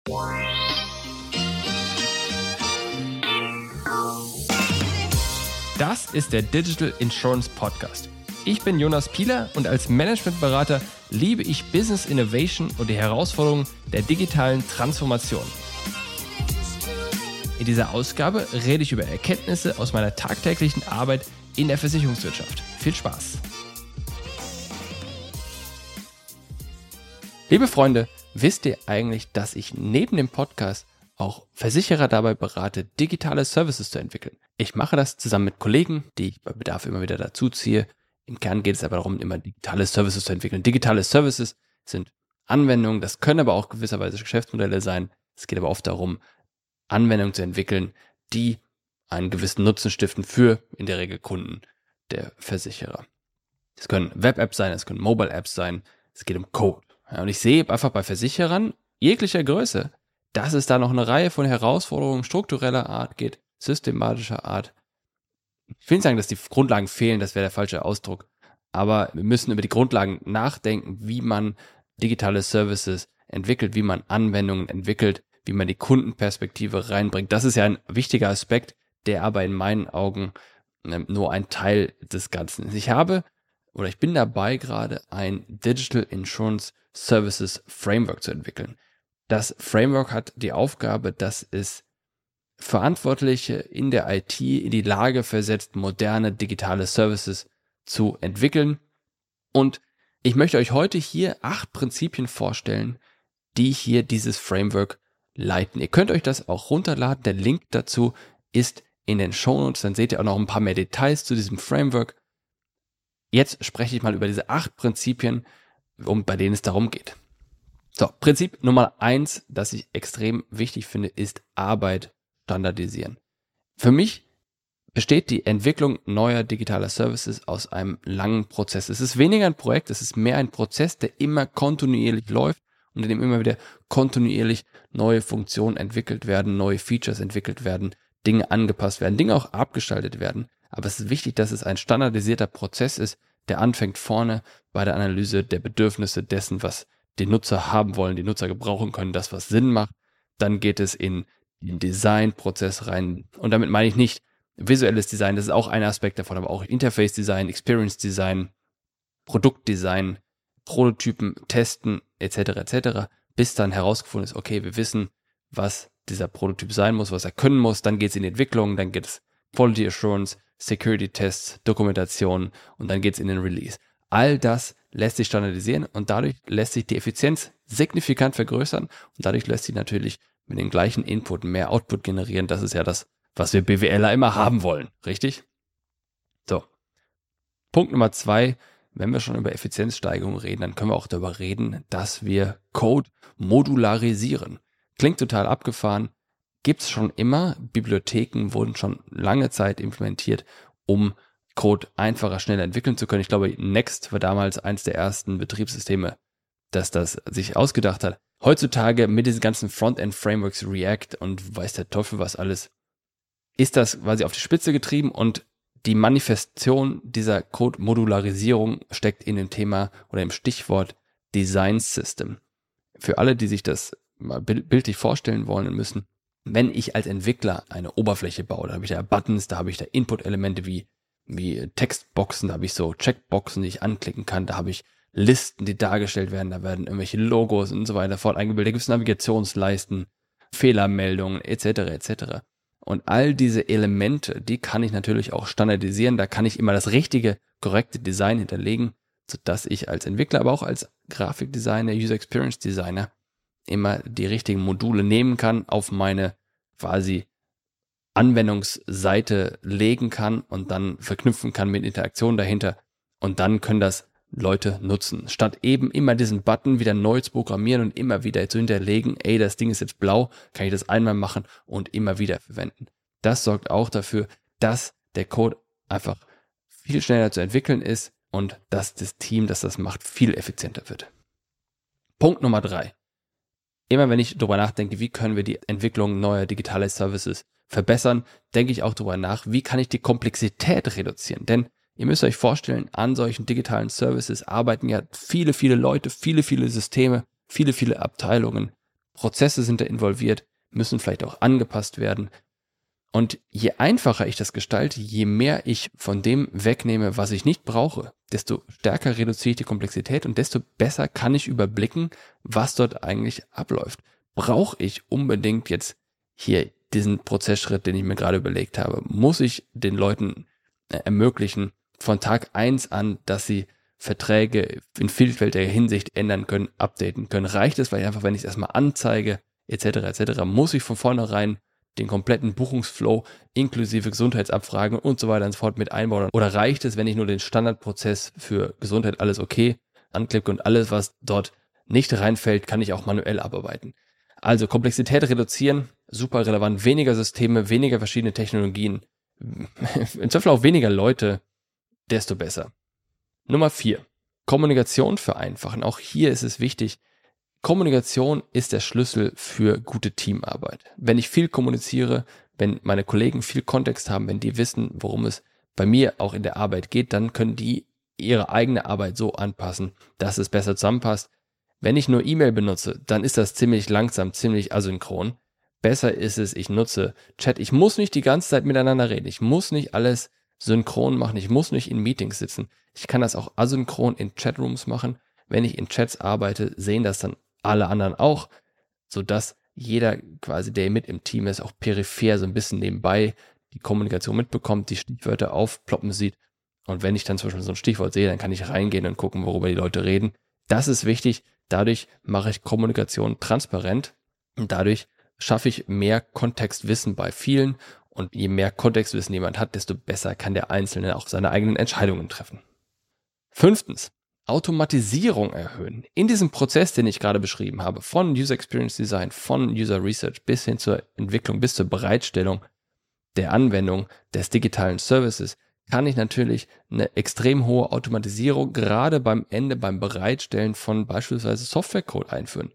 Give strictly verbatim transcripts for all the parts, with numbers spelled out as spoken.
Das ist der Digital Insurance Podcast. Ich bin Jonas Pieler und als Managementberater liebe ich Business Innovation und die Herausforderungen der digitalen Transformation. In dieser Ausgabe rede ich über Erkenntnisse aus meiner tagtäglichen Arbeit in der Versicherungswirtschaft. Viel Spaß! Liebe Freunde, wisst ihr eigentlich, dass ich neben dem Podcast auch Versicherer dabei berate, digitale Services zu entwickeln? Ich mache das zusammen mit Kollegen, die ich bei Bedarf immer wieder dazu ziehe. Im Kern geht es aber darum, immer digitale Services zu entwickeln. Digitale Services sind Anwendungen, das können aber auch gewisserweise Geschäftsmodelle sein. Es geht aber oft darum, Anwendungen zu entwickeln, die einen gewissen Nutzen stiften für in der Regel Kunden der Versicherer. Es können Web-Apps sein, es können Mobile-Apps sein, es geht um Code. Ja, und ich sehe einfach bei Versicherern jeglicher Größe, dass es da noch eine Reihe von Herausforderungen struktureller Art geht, systematischer Art. Ich will nicht sagen, dass die Grundlagen fehlen, das wäre der falsche Ausdruck, aber wir müssen über die Grundlagen nachdenken, wie man digitale Services entwickelt, wie man Anwendungen entwickelt, wie man die Kundenperspektive reinbringt. Das ist ja ein wichtiger Aspekt, der aber in meinen Augen nur ein Teil des Ganzen ist. Ich habe oder ich bin dabei, gerade ein Digital Insurance Services Framework zu entwickeln. Das Framework hat die Aufgabe, dass es Verantwortliche in der I T in die Lage versetzt, moderne digitale Services zu entwickeln. Und ich möchte euch heute hier acht Prinzipien vorstellen, die hier dieses Framework leiten. Ihr könnt euch das auch runterladen. Der Link dazu ist in den Shownotes. Dann seht ihr auch noch ein paar mehr Details zu diesem Framework. Jetzt spreche ich mal über diese acht Prinzipien, um bei denen es darum geht. So, Prinzip Nummer eins, das ich extrem wichtig finde, ist Arbeit standardisieren. Für mich besteht die Entwicklung neuer digitaler Services aus einem langen Prozess. Es ist weniger ein Projekt, es ist mehr ein Prozess, der immer kontinuierlich läuft und in dem immer wieder kontinuierlich neue Funktionen entwickelt werden, neue Features entwickelt werden, Dinge angepasst werden, Dinge auch abgestaltet werden. Aber es ist wichtig, dass es ein standardisierter Prozess ist, der anfängt vorne bei der Analyse der Bedürfnisse dessen, was die Nutzer haben wollen, die Nutzer gebrauchen können, das, was Sinn macht. Dann geht es in den Designprozess rein. Und damit meine ich nicht visuelles Design, das ist auch ein Aspekt davon, aber auch Interface-Design, Experience-Design, Produktdesign, Prototypen, Testen et cetera et cetera, bis dann herausgefunden ist, okay, wir wissen, was dieser Prototyp sein muss, was er können muss. Dann geht es in die Entwicklung, dann geht es Quality Assurance, Security-Tests, Dokumentation und dann geht es in den Release. All das lässt sich standardisieren und dadurch lässt sich die Effizienz signifikant vergrößern und dadurch lässt sich natürlich mit dem gleichen Input mehr Output generieren. Das ist ja das, was wir BWLer immer haben wollen, richtig? So, Punkt Nummer zwei, wenn wir schon über Effizienzsteigerung reden, dann können wir auch darüber reden, dass wir Code modularisieren. Klingt total abgefahren, gibt es schon immer. Bibliotheken wurden schon lange Zeit implementiert, um Code einfacher, schneller entwickeln zu können. Ich glaube, Next war damals eins der ersten Betriebssysteme, das das sich ausgedacht hat. Heutzutage mit diesen ganzen Frontend-Frameworks, React und weiß der Teufel was alles, ist das quasi auf die Spitze getrieben und die Manifestation dieser Code-Modularisierung steckt in dem Thema oder im Stichwort Design System. Für alle, die sich das mal bildlich vorstellen wollen müssen, wenn ich als Entwickler eine Oberfläche baue, da habe ich da Buttons, da habe ich da Input-Elemente wie, wie Textboxen, da habe ich so Checkboxen, die ich anklicken kann, da habe ich Listen, die dargestellt werden, da werden irgendwelche Logos und so weiter fort eingebildet, da gibt es Navigationsleisten, Fehlermeldungen et cetera et cetera. Und all diese Elemente, die kann ich natürlich auch standardisieren, da kann ich immer das richtige, korrekte Design hinterlegen, sodass ich als Entwickler, aber auch als Grafikdesigner, User Experience Designer immer die richtigen Module nehmen kann, auf meine quasi Anwendungsseite legen kann und dann verknüpfen kann mit Interaktion dahinter und dann können das Leute nutzen. Statt eben immer diesen Button wieder neu zu programmieren und immer wieder zu hinterlegen, ey, das Ding ist jetzt blau, kann ich das einmal machen und immer wieder verwenden. Das sorgt auch dafür, dass der Code einfach viel schneller zu entwickeln ist und dass das Team, das das macht, viel effizienter wird. Punkt Nummer drei. Immer wenn ich darüber nachdenke, wie können wir die Entwicklung neuer digitaler Services verbessern, denke ich auch darüber nach, wie kann ich die Komplexität reduzieren. Denn ihr müsst euch vorstellen, an solchen digitalen Services arbeiten ja viele, viele Leute, viele, viele Systeme, viele, viele Abteilungen, Prozesse sind da involviert, müssen vielleicht auch angepasst werden. Und je einfacher ich das gestalte, je mehr ich von dem wegnehme, was ich nicht brauche, desto stärker reduziere ich die Komplexität und desto besser kann ich überblicken, was dort eigentlich abläuft. Brauche ich unbedingt jetzt hier diesen Prozessschritt, den ich mir gerade überlegt habe? Muss ich den Leuten ermöglichen, von Tag eins an, dass sie Verträge in vielfältiger Hinsicht ändern können, updaten können? Reicht es vielleicht einfach, wenn ich es erstmal anzeige, et cetera et cetera? Muss ich von vornherein den kompletten Buchungsflow inklusive Gesundheitsabfragen und so weiter und so fort mit einbauen? Oder reicht es, wenn ich nur den Standardprozess für Gesundheit alles okay anklicke und alles, was dort nicht reinfällt, kann ich auch manuell abarbeiten? Also Komplexität reduzieren, super relevant, weniger Systeme, weniger verschiedene Technologien, im Zweifel auch weniger Leute, desto besser. Nummer vier, Kommunikation vereinfachen. Auch hier ist es wichtig, Kommunikation ist der Schlüssel für gute Teamarbeit. Wenn ich viel kommuniziere, wenn meine Kollegen viel Kontext haben, wenn die wissen, worum es bei mir auch in der Arbeit geht, dann können die ihre eigene Arbeit so anpassen, dass es besser zusammenpasst. Wenn ich nur E-Mail benutze, dann ist das ziemlich langsam, ziemlich asynchron. Besser ist es, ich nutze Chat. Ich muss nicht die ganze Zeit miteinander reden. Ich muss nicht alles synchron machen. Ich muss nicht in Meetings sitzen. Ich kann das auch asynchron in Chatrooms machen. Wenn ich in Chats arbeite, sehen das dann alle anderen auch, sodass jeder quasi, der mit im Team ist, auch peripher so ein bisschen nebenbei die Kommunikation mitbekommt, die Stichwörter aufploppen sieht. Und wenn ich dann zum Beispiel so ein Stichwort sehe, dann kann ich reingehen und gucken, worüber die Leute reden. Das ist wichtig. Dadurch mache ich Kommunikation transparent und dadurch schaffe ich mehr Kontextwissen bei vielen. Und je mehr Kontextwissen jemand hat, desto besser kann der Einzelne auch seine eigenen Entscheidungen treffen. Fünftens, Automatisierung erhöhen. In diesem Prozess, den ich gerade beschrieben habe, von User Experience Design, von User Research bis hin zur Entwicklung, bis zur Bereitstellung der Anwendung des digitalen Services, kann ich natürlich eine extrem hohe Automatisierung gerade beim Ende, beim Bereitstellen von beispielsweise Softwarecode einführen.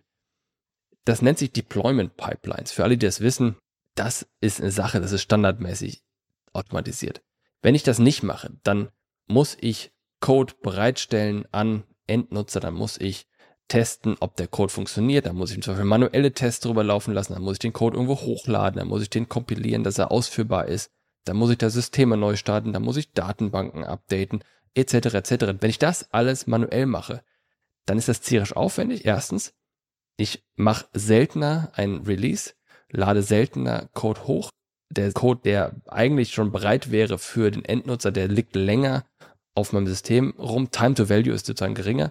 Das nennt sich Deployment Pipelines. Für alle, die das wissen, das ist eine Sache, das ist standardmäßig automatisiert. Wenn ich das nicht mache, dann muss ich Code bereitstellen an Endnutzer, dann muss ich testen, ob der Code funktioniert, dann muss ich im Zweifel manuelle Tests drüber laufen lassen, dann muss ich den Code irgendwo hochladen, dann muss ich den kompilieren, dass er ausführbar ist, dann muss ich da Systeme neu starten, dann muss ich Datenbanken updaten, et cetera et cetera. Wenn ich das alles manuell mache, dann ist das tierisch aufwendig. Erstens, ich mache seltener ein Release, lade seltener Code hoch. Der Code, der eigentlich schon bereit wäre für den Endnutzer, der liegt länger auf meinem System rum. Time to Value ist sozusagen geringer.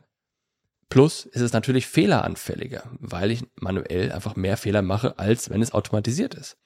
Plus ist es natürlich fehleranfälliger, weil ich manuell einfach mehr Fehler mache, als wenn es automatisiert ist.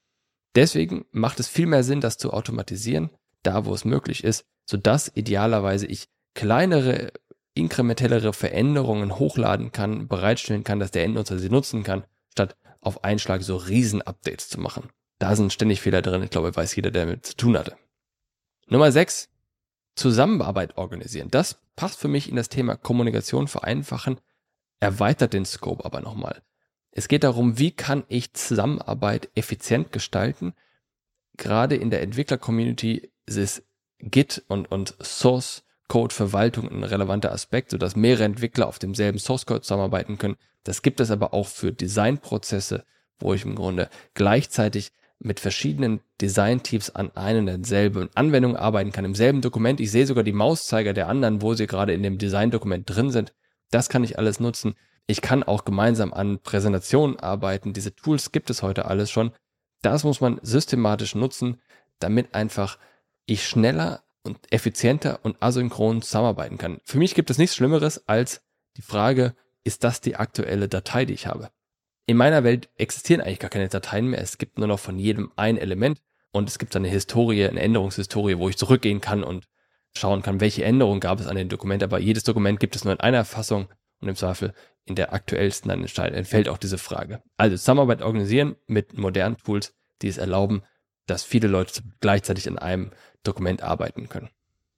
Deswegen macht es viel mehr Sinn, das zu automatisieren, da wo es möglich ist, sodass idealerweise ich kleinere, inkrementellere Veränderungen hochladen kann, bereitstellen kann, dass der Endnutzer sie nutzen kann, statt auf einen Schlag so riesen Updates zu machen. Da sind ständig Fehler drin, ich glaube, weiß jeder, der damit zu tun hatte. Nummer sechs. Zusammenarbeit organisieren. Das passt für mich in das Thema Kommunikation vereinfachen, erweitert den Scope aber nochmal. Es geht darum, wie kann ich Zusammenarbeit effizient gestalten. Gerade in der Entwickler-Community ist Git und, und Source-Code-Verwaltung ein relevanter Aspekt, sodass mehrere Entwickler auf demselben Source-Code zusammenarbeiten können. Das gibt es aber auch für Designprozesse, wo ich im Grunde gleichzeitig mit verschiedenen Design-Teams an einer und derselben Anwendung arbeiten kann, im selben Dokument. Ich sehe sogar die Mauszeiger der anderen, wo sie gerade in dem Design-Dokument drin sind. Das kann ich alles nutzen. Ich kann auch gemeinsam an Präsentationen arbeiten. Diese Tools gibt es heute alles schon. Das muss man systematisch nutzen, damit einfach ich schneller und effizienter und asynchron zusammenarbeiten kann. Für mich gibt es nichts Schlimmeres als die Frage, ist das die aktuelle Datei, die ich habe? In meiner Welt existieren eigentlich gar keine Dateien mehr. Es gibt nur noch von jedem ein Element und es gibt eine Historie, eine Änderungshistorie, wo ich zurückgehen kann und schauen kann, welche Änderungen gab es an dem Dokument. Aber jedes Dokument gibt es nur in einer Fassung und im Zweifel in der aktuellsten dann entfällt auch diese Frage. Also Zusammenarbeit organisieren mit modernen Tools, die es erlauben, dass viele Leute gleichzeitig an einem Dokument arbeiten können.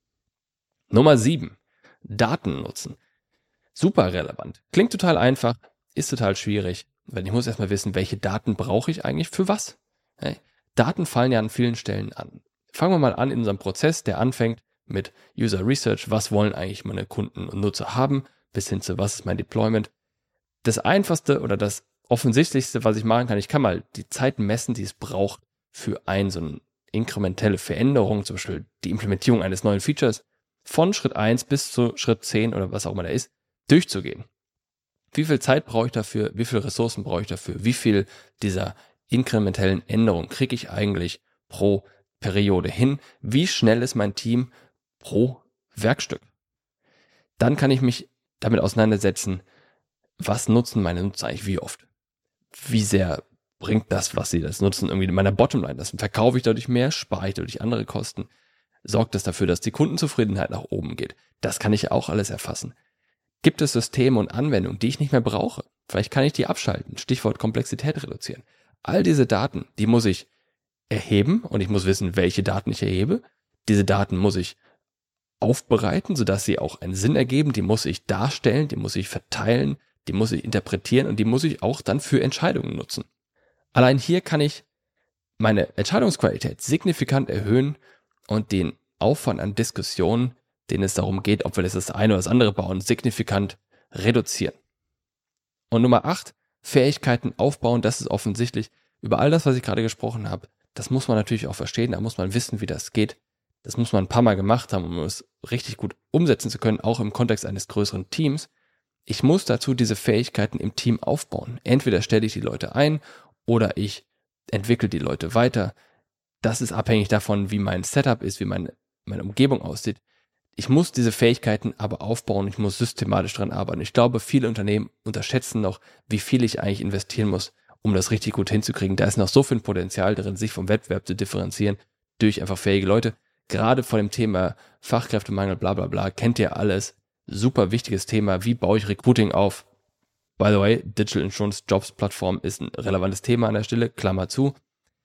Nummer sieben. Daten nutzen. Super relevant. Klingt total einfach, ist total schwierig. Weil ich muss erstmal wissen, welche Daten brauche ich eigentlich für was? Hey, Daten fallen ja an vielen Stellen an. Fangen wir mal an in unserem Prozess, der anfängt mit User Research. Was wollen eigentlich meine Kunden und Nutzer haben? Bis hin zu, was ist mein Deployment? Das einfachste oder das Offensichtlichste, was ich machen kann, ich kann mal die Zeit messen, die es braucht für ein so eine inkrementelle Veränderung, zum Beispiel die Implementierung eines neuen Features, von Schritt eins bis zu Schritt zehn oder was auch immer da ist, durchzugehen. Wie viel Zeit brauche ich dafür? Wie viele Ressourcen brauche ich dafür? Wie viel dieser inkrementellen Änderungen kriege ich eigentlich pro Periode hin? Wie schnell ist mein Team pro Werkstück? Dann kann ich mich damit auseinandersetzen, was nutzen meine Nutzer eigentlich wie oft? Wie sehr bringt das, was sie das nutzen, irgendwie in meiner Bottomline? Das verkaufe ich dadurch mehr, spare ich dadurch andere Kosten? Sorgt das dafür, dass die Kundenzufriedenheit nach oben geht? Das kann ich auch alles erfassen. Gibt es Systeme und Anwendungen, die ich nicht mehr brauche? Vielleicht kann ich die abschalten. Stichwort Komplexität reduzieren. All diese Daten, die muss ich erheben und ich muss wissen, welche Daten ich erhebe. Diese Daten muss ich aufbereiten, sodass sie auch einen Sinn ergeben. Die muss ich darstellen, die muss ich verteilen, die muss ich interpretieren und die muss ich auch dann für Entscheidungen nutzen. Allein hier kann ich meine Entscheidungsqualität signifikant erhöhen und den Aufwand an Diskussionen, den es darum geht, ob wir das eine oder das andere bauen, signifikant reduzieren. Und Nummer acht, Fähigkeiten aufbauen, das ist offensichtlich über all das, was ich gerade gesprochen habe. Das muss man natürlich auch verstehen, da muss man wissen, wie das geht. Das muss man ein paar Mal gemacht haben, um es richtig gut umsetzen zu können, auch im Kontext eines größeren Teams. Ich muss dazu diese Fähigkeiten im Team aufbauen. Entweder stelle ich die Leute ein oder ich entwickle die Leute weiter. Das ist abhängig davon, wie mein Setup ist, wie meine, meine Umgebung aussieht. Ich muss diese Fähigkeiten aber aufbauen, ich muss systematisch dran arbeiten. Ich glaube, viele Unternehmen unterschätzen noch, wie viel ich eigentlich investieren muss, um das richtig gut hinzukriegen. Da ist noch so viel Potenzial drin, sich vom Wettbewerb zu differenzieren durch einfach fähige Leute. Gerade vor dem Thema Fachkräftemangel, bla bla bla, kennt ihr alles. Super wichtiges Thema. Wie baue ich Recruiting auf? By the way, Digital Insurance Jobs Plattform ist ein relevantes Thema an der Stelle, Klammer zu.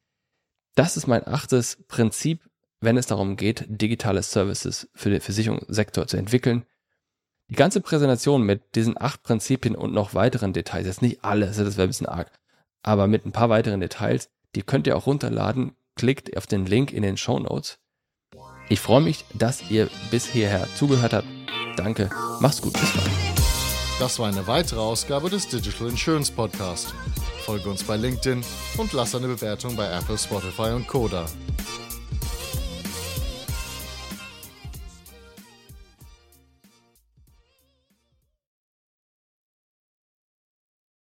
Das ist mein achtes Prinzip, wenn es darum geht, digitale Services für den Versicherungssektor zu entwickeln. Die ganze Präsentation mit diesen acht Prinzipien und noch weiteren Details, jetzt nicht alles, das wäre ein bisschen arg, aber mit ein paar weiteren Details, die könnt ihr auch runterladen. Klickt auf den Link in den Shownotes. Ich freue mich, dass ihr bis hierher zugehört habt. Danke, macht's gut, bis bald. Das war eine weitere Ausgabe des Digital Insurance Podcast. Folge uns bei LinkedIn und lass eine Bewertung bei Apple, Spotify und Co. da.